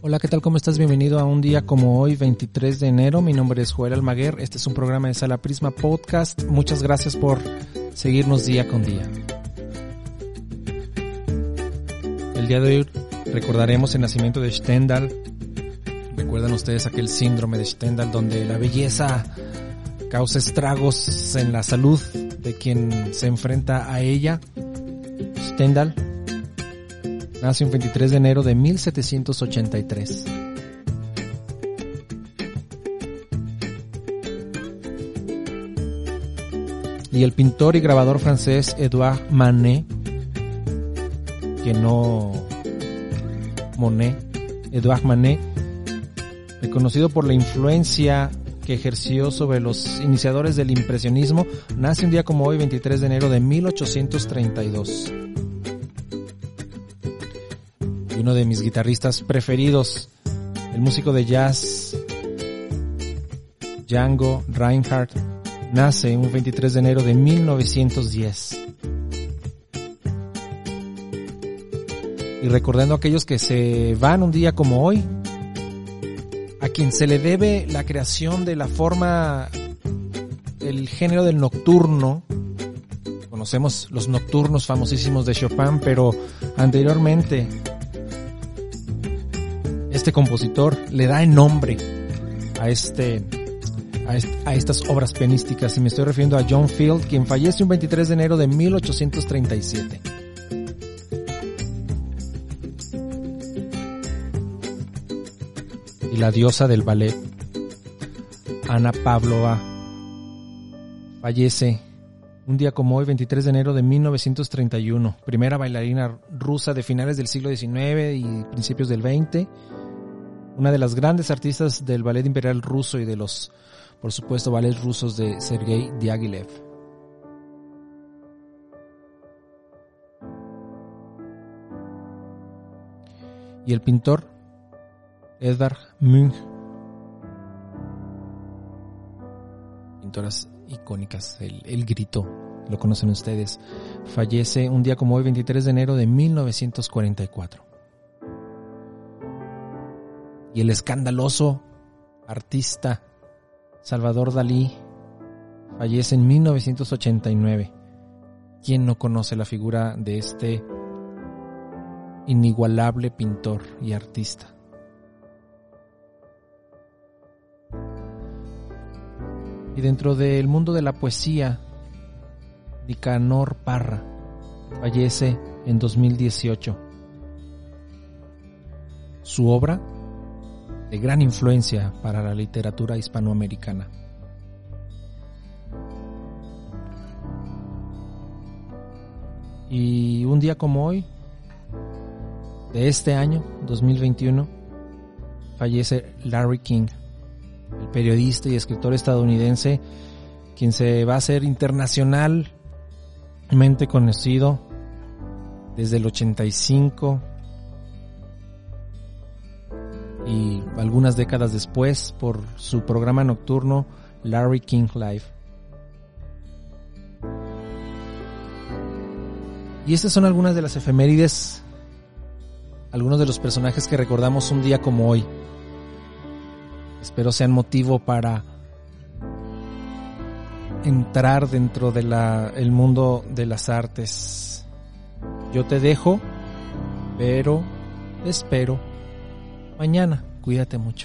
Hola, ¿qué tal? ¿Cómo estás? Bienvenido a un día como hoy, 23 de enero. Mi nombre es Joel Almaguer. Este es un programa de Sala Prisma Podcast. Muchas gracias por seguirnos día con día. El día de hoy recordaremos el nacimiento de Stendhal. ¿Recuerdan ustedes aquel síndrome de Stendhal donde la belleza causa estragos en la salud de quien se enfrenta a ella? Stendhal nace un 23 de enero de 1783. Y el pintor y grabador francés Edouard Manet, que no Monet, Edouard Manet, reconocido por la influencia que ejerció sobre los iniciadores del impresionismo, nace un día como hoy, 23 de enero de 1832. Uno de mis guitarristas preferidos, el músico de jazz Django Reinhardt, nace un 23 de enero de 1910. Y recordando a aquellos que se van un día como hoy, a quien se le debe la creación de la forma, el género del nocturno. Conocemos los nocturnos famosísimos de Chopin, pero anteriormente este compositor le da el nombre a estas obras pianísticas, y me estoy refiriendo a John Field, quien fallece un 23 de enero de 1837. Y la diosa del ballet, Anna Pavlova, fallece un día como hoy, 23 de enero de 1931, primera bailarina rusa de finales del siglo XIX y principios del XX. Una de las grandes artistas del ballet imperial ruso y de los, por supuesto, ballets rusos de Sergei Diaghilev. Y el pintor Edvard Munch, pintoras icónicas, el Grito, lo conocen ustedes, fallece un día como hoy, 23 de enero de 1944. Y el escandaloso artista Salvador Dalí fallece en 1989. ¿Quién no conoce la figura de este inigualable pintor y artista? Y dentro del mundo de la poesía, Nicanor Parra fallece en 2018. Su obra, de gran influencia para la literatura hispanoamericana. Y un día como hoy, de este año, 2021, fallece Larry King, el periodista y escritor estadounidense, quien se va a hacer internacionalmente conocido desde el 85 y algunas décadas después por su programa nocturno Larry King Live. Y estas son algunas de las efemérides, algunos de los personajes que recordamos un día como hoy. Espero sean motivo para entrar dentro de el mundo de las artes. Yo te dejo, pero te espero mañana. Cuídate mucho.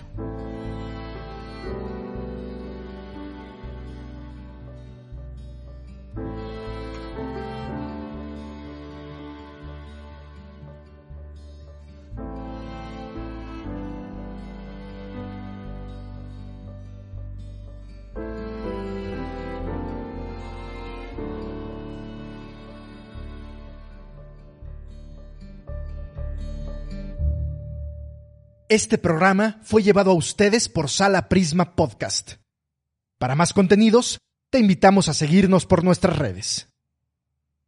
Este programa fue llevado a ustedes por Sala Prisma Podcast. Para más contenidos, te invitamos a seguirnos por nuestras redes.